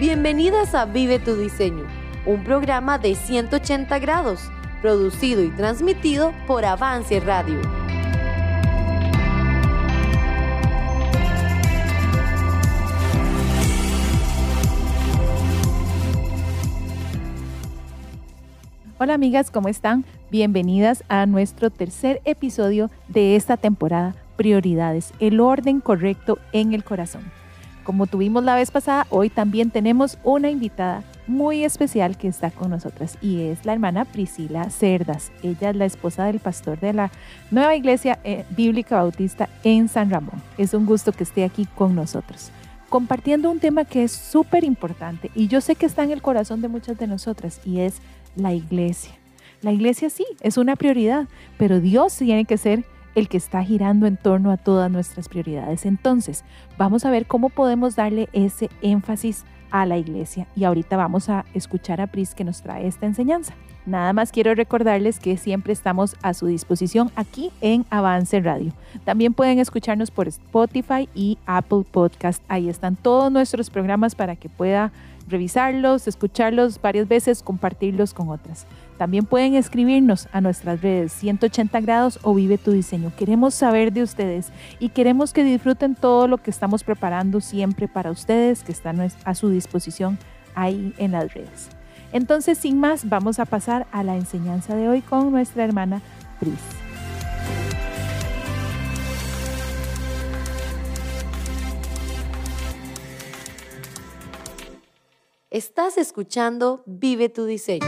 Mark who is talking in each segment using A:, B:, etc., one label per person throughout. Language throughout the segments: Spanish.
A: Bienvenidas a Vive tu Diseño, un programa de 180 grados, producido y transmitido por Avance Radio.
B: Hola amigas, ¿cómo están? Bienvenidas a nuestro tercer episodio de esta temporada, Prioridades, el orden correcto en el corazón. Como tuvimos la vez pasada, hoy también tenemos una invitada muy especial que está con nosotras y es la hermana Priscila Cerdas. Ella es la esposa del pastor de la Nueva Iglesia Bíblica Bautista en San Ramón. Es un gusto que esté aquí con nosotros, compartiendo un tema que es súper importante y yo sé que está en el corazón de muchas de nosotras y es la iglesia. La iglesia sí, es una prioridad, pero Dios tiene que ser el que está girando en torno a todas nuestras prioridades. Entonces, vamos a ver cómo podemos darle ese énfasis a la iglesia. Y ahorita vamos a escuchar a Pris que nos trae esta enseñanza. Nada más quiero recordarles que siempre estamos a su disposición aquí en Avance Radio. También pueden escucharnos por Spotify y Apple Podcast. Ahí están todos nuestros programas para que pueda revisarlos, escucharlos varias veces, compartirlos con otras. También pueden escribirnos a nuestras redes 180 grados o Vive tu Diseño. Queremos saber de ustedes y queremos que disfruten todo lo que estamos preparando siempre para ustedes, que están a su disposición ahí en las redes. Entonces, sin más, vamos a pasar a la enseñanza de hoy con nuestra hermana Pris.
A: Estás escuchando Vive tu Diseño.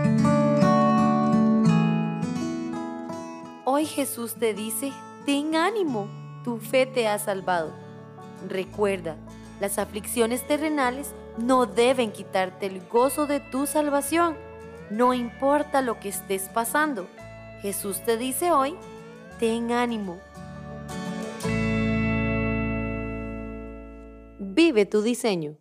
A: Hoy Jesús te dice, ten ánimo, tu fe te ha salvado. Recuerda, las aflicciones terrenales no deben quitarte el gozo de tu salvación. No importa lo que estés pasando. Jesús te dice hoy, ten ánimo. Vive tu diseño.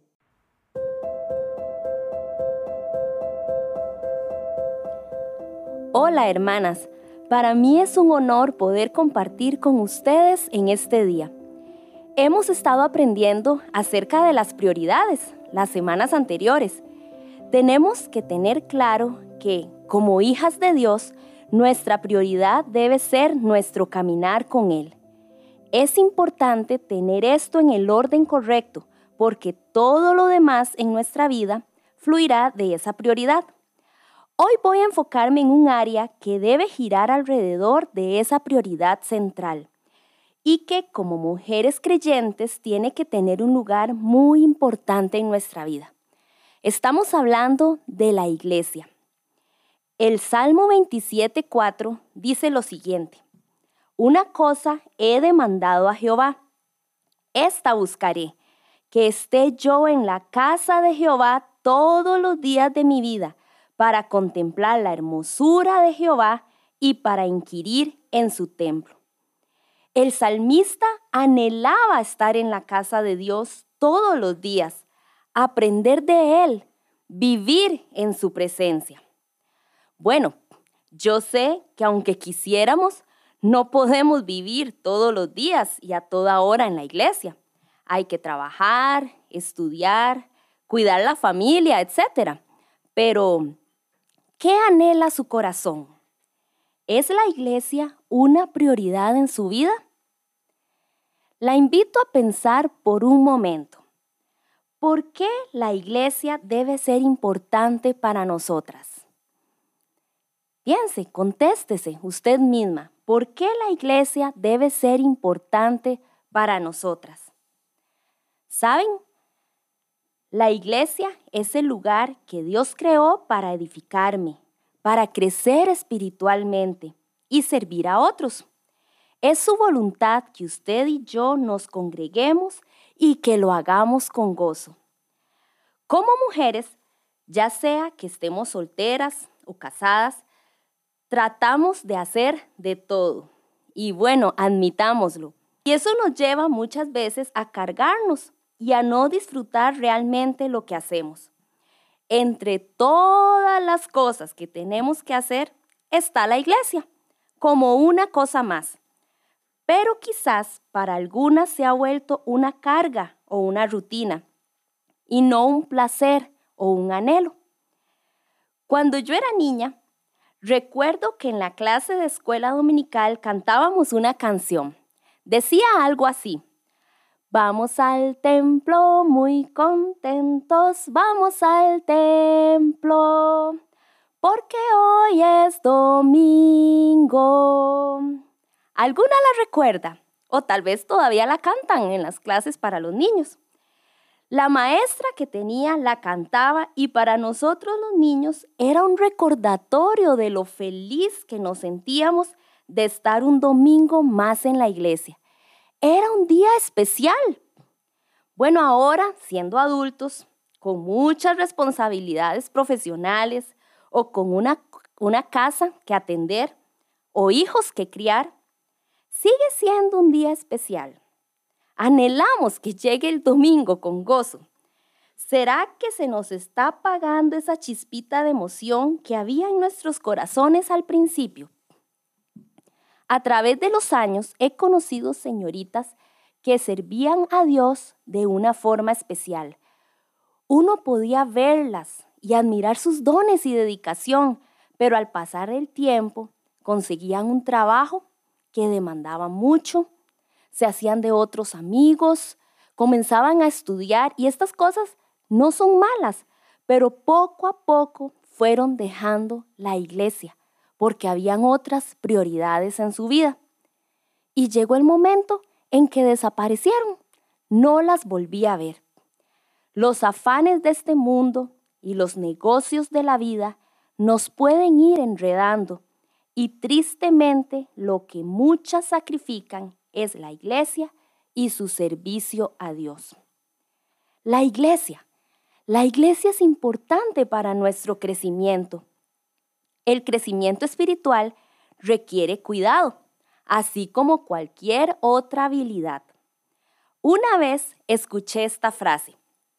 C: Hola hermanas, para mí es un honor poder compartir con ustedes en este día. Hemos estado aprendiendo acerca de las prioridades las semanas anteriores. Tenemos que tener claro que, como hijas de Dios, nuestra prioridad debe ser nuestro caminar con Él. Es importante tener esto en el orden correcto, porque todo lo demás en nuestra vida fluirá de esa prioridad. Hoy voy a enfocarme en un área que debe girar alrededor de esa prioridad central y que como mujeres creyentes tiene que tener un lugar muy importante en nuestra vida. Estamos hablando de la iglesia. El Salmo 27:4 dice lo siguiente: una cosa he demandado a Jehová, esta buscaré, que esté yo en la casa de Jehová todos los días de mi vida, para contemplar la hermosura de Jehová y para inquirir en su templo. El salmista anhelaba estar en la casa de Dios todos los días, aprender de Él, vivir en su presencia. Bueno, yo sé que aunque quisiéramos, no podemos vivir todos los días y a toda hora en la iglesia. Hay que trabajar, estudiar, cuidar la familia, etc. Pero ¿qué anhela su corazón? ¿Es la iglesia una prioridad en su vida? La invito a pensar por un momento. ¿Por qué la iglesia debe ser importante para nosotras? Piense, contéstese usted misma. ¿Por qué la iglesia debe ser importante para nosotras? ¿Saben? La iglesia es el lugar que Dios creó para edificarme, para crecer espiritualmente y servir a otros. Es su voluntad que usted y yo nos congreguemos y que lo hagamos con gozo. Como mujeres, ya sea que estemos solteras o casadas, tratamos de hacer de todo. Y bueno, admitámoslo. Y eso nos lleva muchas veces a cargarnos y a no disfrutar realmente lo que hacemos. Entre todas las cosas que tenemos que hacer está la iglesia, como una cosa más. Pero quizás para algunas se ha vuelto una carga o una rutina. y no un placer o un anhelo. Cuando yo era niña, recuerdo que en la clase de escuela dominical cantábamos una canción. Decía algo así: vamos al templo muy contentos, vamos al templo, porque hoy es domingo. ¿Alguna la recuerda? O tal vez todavía la cantan en las clases para los niños. La maestra que tenía la cantaba y para nosotros los niños era un recordatorio de lo feliz que nos sentíamos de estar un domingo más en la iglesia. Era un día especial. Bueno, ahora, siendo adultos, con muchas responsabilidades profesionales o con una casa que atender o hijos que criar, sigue siendo un día especial. Anhelamos que llegue el domingo con gozo. ¿Será que se nos está apagando esa chispita de emoción que había en nuestros corazones al principio? A través de los años he conocido señoritas que servían a Dios de una forma especial. Uno podía verlas y admirar sus dones y dedicación, pero al pasar el tiempo conseguían un trabajo que demandaba mucho, se hacían de otros amigos, comenzaban a estudiar y estas cosas no son malas, pero poco a poco fueron dejando la iglesia porque habían otras prioridades en su vida. Y llegó el momento en que desaparecieron, no las volví a ver. Los afanes de este mundo y los negocios de la vida nos pueden ir enredando y tristemente lo que muchas sacrifican es la iglesia y su servicio a Dios. La iglesia es importante para nuestro crecimiento. El crecimiento espiritual requiere cuidado, así como cualquier otra habilidad. Una vez escuché esta frase: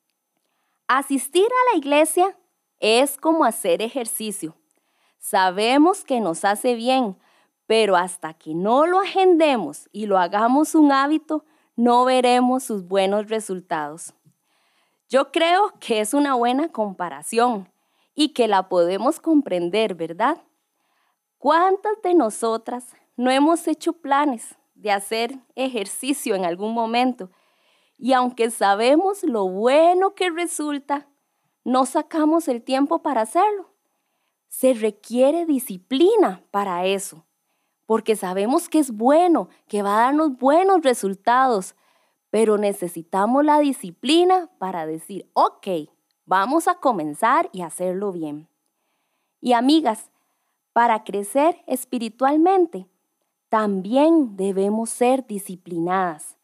C: asistir a la iglesia es como hacer ejercicio. Sabemos que nos hace bien, pero hasta que no lo agendemos y lo hagamos un hábito, no veremos sus buenos resultados. Yo creo que es una buena comparación y que la podemos comprender, ¿verdad? ¿Cuántas de nosotras no hemos hecho planes de hacer ejercicio en algún momento? Y aunque sabemos lo bueno que resulta, no sacamos el tiempo para hacerlo. Se requiere disciplina para eso, porque sabemos que es bueno, que va a darnos buenos resultados, pero necesitamos la disciplina para decir, ok, vamos a comenzar y hacerlo bien. Y amigas, para crecer espiritualmente, también debemos ser disciplinadas.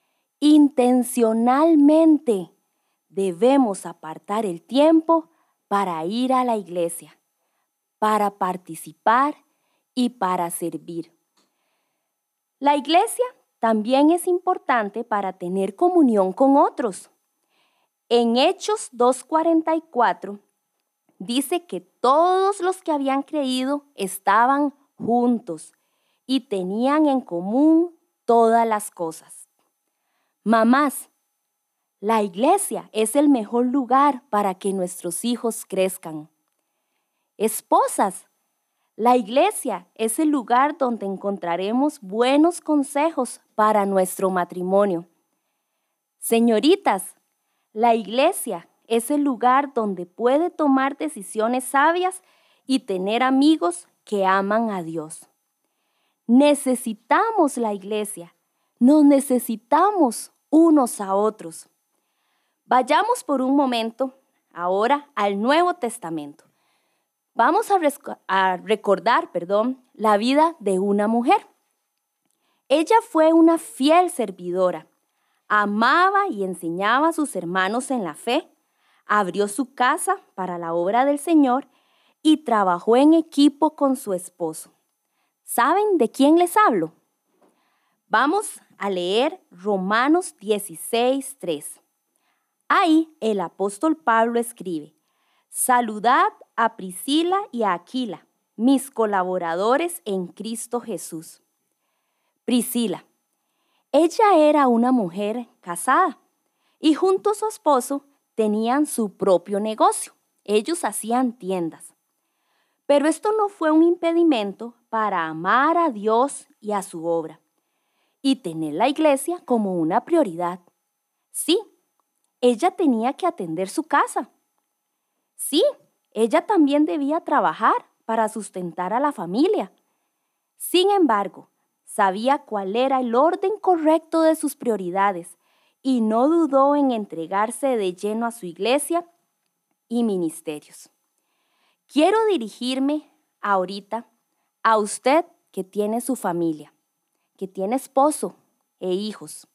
C: Intencionalmente debemos apartar el tiempo para ir a la iglesia, para participar y para servir. La iglesia también es importante para tener comunión con otros. En Hechos 2:44 dice que todos los que habían creído estaban juntos y tenían en común todas las cosas. Mamás, la iglesia es el mejor lugar para que nuestros hijos crezcan. Esposas, la iglesia es el lugar donde encontraremos buenos consejos para nuestro matrimonio. Señoritas, la iglesia es el lugar donde puede tomar decisiones sabias y tener amigos que aman a Dios. Necesitamos la iglesia, nos necesitamos unos a otros. Vayamos por un momento ahora al Nuevo Testamento. Vamos a recordar la vida de una mujer. Ella fue una fiel servidora. Amaba y enseñaba a sus hermanos en la fe, abrió su casa para la obra del Señor y trabajó en equipo con su esposo. ¿Saben de quién les hablo? Vamos a leer Romanos 16:3. Ahí el apóstol Pablo escribe: saludad a Priscila y a Aquila, mis colaboradores en Cristo Jesús. Priscila. Ella era una mujer casada y junto a su esposo tenían su propio negocio. Ellos hacían tiendas. Pero esto no fue un impedimento para amar a Dios y a su obra y tener la iglesia como una prioridad. Sí, ella tenía que atender su casa. Sí, ella también debía trabajar para sustentar a la familia. Sin embargo, sabía cuál era el orden correcto de sus prioridades y no dudó en entregarse de lleno a su iglesia y ministerios. Quiero dirigirme ahorita a usted que tiene su familia, que tiene esposo e hijos.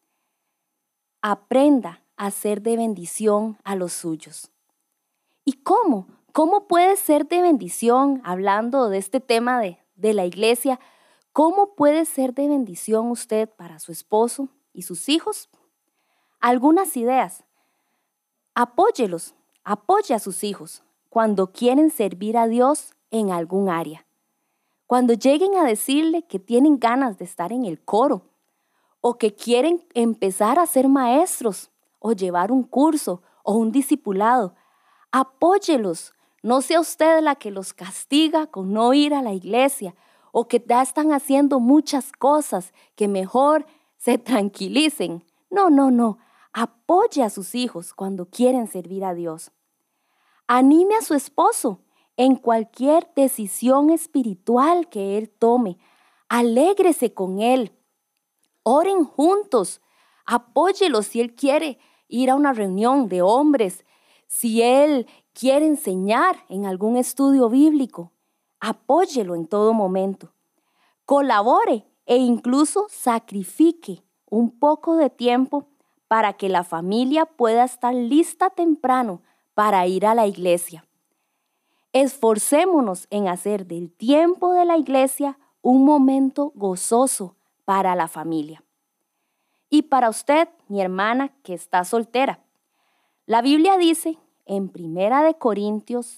C: Aprenda a ser de bendición a los suyos. ¿Y cómo? ¿Cómo puede ser de bendición, hablando de este tema de la iglesia? ¿Cómo puede ser de bendición usted para su esposo y sus hijos? Algunas ideas. Apóyelos, apoye a sus hijos cuando quieren servir a Dios en algún área. Cuando lleguen a decirle que tienen ganas de estar en el coro o que quieren empezar a ser maestros o llevar un curso o un discipulado, apóyelos. No sea usted la que los castiga con no ir a la iglesia o que ya están haciendo muchas cosas, que mejor se tranquilicen. No. Apoye a sus hijos cuando quieren servir a Dios. Anime a su esposo en cualquier decisión espiritual que él tome. Alégrese con él. Oren juntos. Apóyelo si él quiere ir a una reunión de hombres, si él quiere enseñar en algún estudio bíblico. Apóyelo en todo momento. Colabore e incluso sacrifique un poco de tiempo para que la familia pueda estar lista temprano para ir a la iglesia. Esforcémonos en hacer del tiempo de la iglesia un momento gozoso para la familia. Y para usted, mi hermana que está soltera, la Biblia dice en 1 Corintios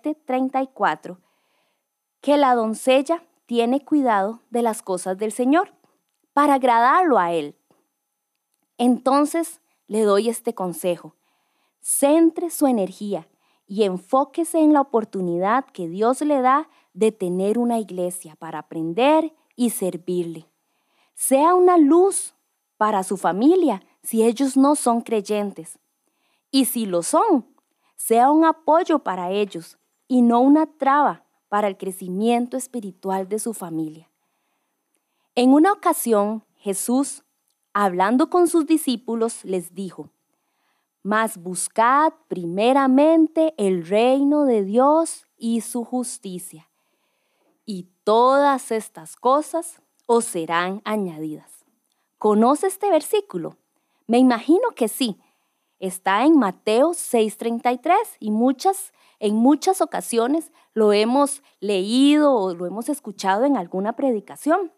C: 7:34 que la doncella tiene cuidado de las cosas del Señor para agradarlo a Él. Entonces le doy este consejo: centre su energía y enfóquese en la oportunidad que Dios le da de tener una iglesia para aprender y servirle. Sea una luz para su familia si ellos no son creyentes. Y si lo son, sea un apoyo para ellos y no una traba para el crecimiento espiritual de su familia. En una ocasión, Jesús, hablando con sus discípulos, les dijo: mas buscad primeramente el reino de Dios y su justicia, y todas estas cosas os serán añadidas. ¿Conoce este versículo? Me imagino que sí. Está en Mateo 6:33 y en muchas ocasiones lo hemos leído o lo hemos escuchado en alguna predicación.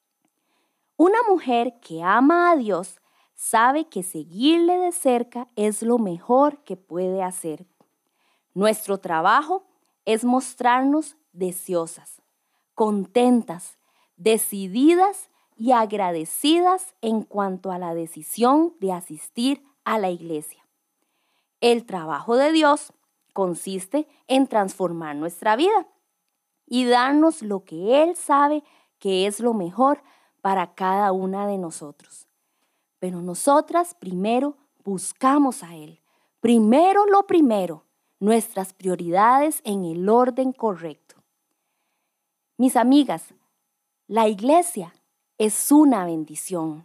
C: Una mujer que ama a Dios sabe que seguirle de cerca es lo mejor que puede hacer. Nuestro trabajo es mostrarnos deseosas, contentas, decididas y agradecidas en cuanto a la decisión de asistir a la iglesia. El trabajo de Dios consiste en transformar nuestra vida y darnos lo que Él sabe que es lo mejor para cada una de nosotros. Pero nosotras primero buscamos a Él. Primero lo primero, nuestras prioridades en el orden correcto. Mis amigas, la iglesia es una bendición.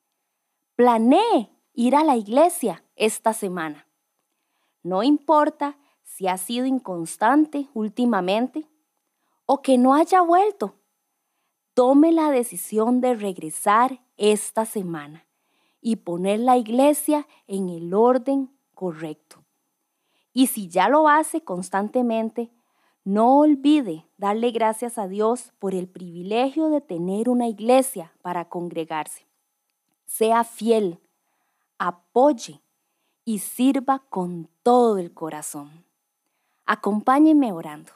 C: Planee ir a la iglesia esta semana. No importa si ha sido inconstante últimamente o que no haya vuelto. Tome la decisión de regresar esta semana y poner la iglesia en el orden correcto. Y si ya lo hace constantemente, no olvide darle gracias a Dios por el privilegio de tener una iglesia para congregarse. Sea fiel, apoye y sirva con todo el corazón. Acompáñenme orando.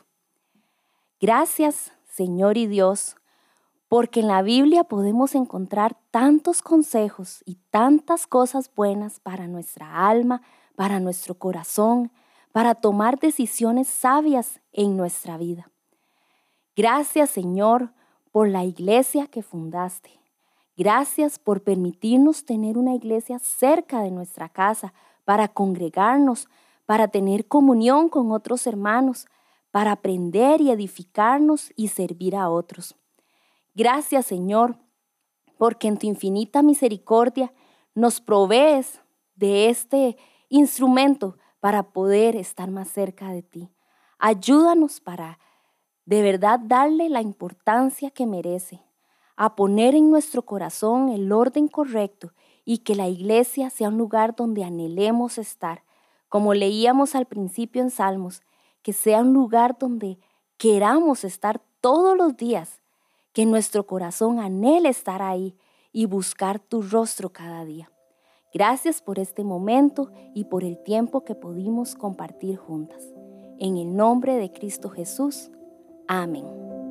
C: Gracias, Señor y Dios, porque en la Biblia podemos encontrar tantos consejos y tantas cosas buenas para nuestra alma, para nuestro corazón, para tomar decisiones sabias en nuestra vida. Gracias, Señor, por la iglesia que fundaste. Gracias por permitirnos tener una iglesia cerca de nuestra casa para congregarnos, para tener comunión con otros hermanos, para aprender y edificarnos y servir a otros. Gracias, Señor, porque en tu infinita misericordia nos provees de este instrumento para poder estar más cerca de ti. Ayúdanos para de verdad darle la importancia que merece, a poner en nuestro corazón el orden correcto y que la iglesia sea un lugar donde anhelemos estar, como leíamos al principio en Salmos, que sea un lugar donde queramos estar todos los días, que nuestro corazón anhele estar ahí y buscar tu rostro cada día. Gracias por este momento y por el tiempo que pudimos compartir juntas. En el nombre de Cristo Jesús. Amén.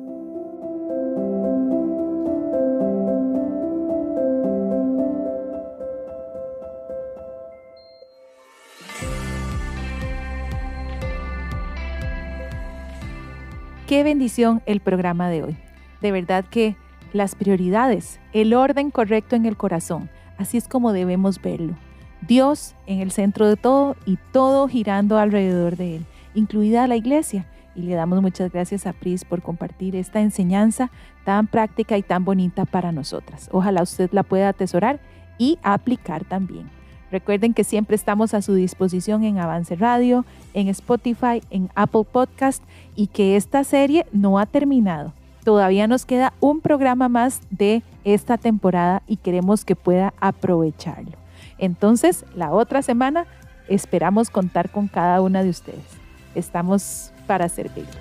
B: Qué bendición el programa de hoy. De verdad que las prioridades, el orden correcto en el corazón, así es como debemos verlo. Dios en el centro de todo y todo girando alrededor de Él, incluida la iglesia. Y le damos muchas gracias a Pris por compartir esta enseñanza tan práctica y tan bonita para nosotras. Ojalá usted la pueda atesorar y aplicar también. Recuerden que siempre estamos a su disposición en Avance Radio, en Spotify, en Apple Podcast y que esta serie no ha terminado. Todavía nos queda un programa más de esta temporada y queremos que pueda aprovecharlo. Entonces, la otra semana esperamos contar con cada una de ustedes. Estamos para servirles.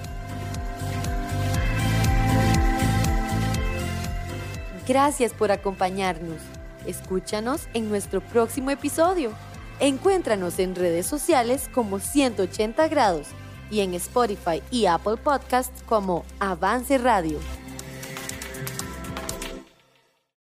A: Gracias por acompañarnos. Escúchanos en nuestro próximo episodio. Encuéntranos en redes sociales como 180 grados y en Spotify y Apple Podcasts como Avance Radio.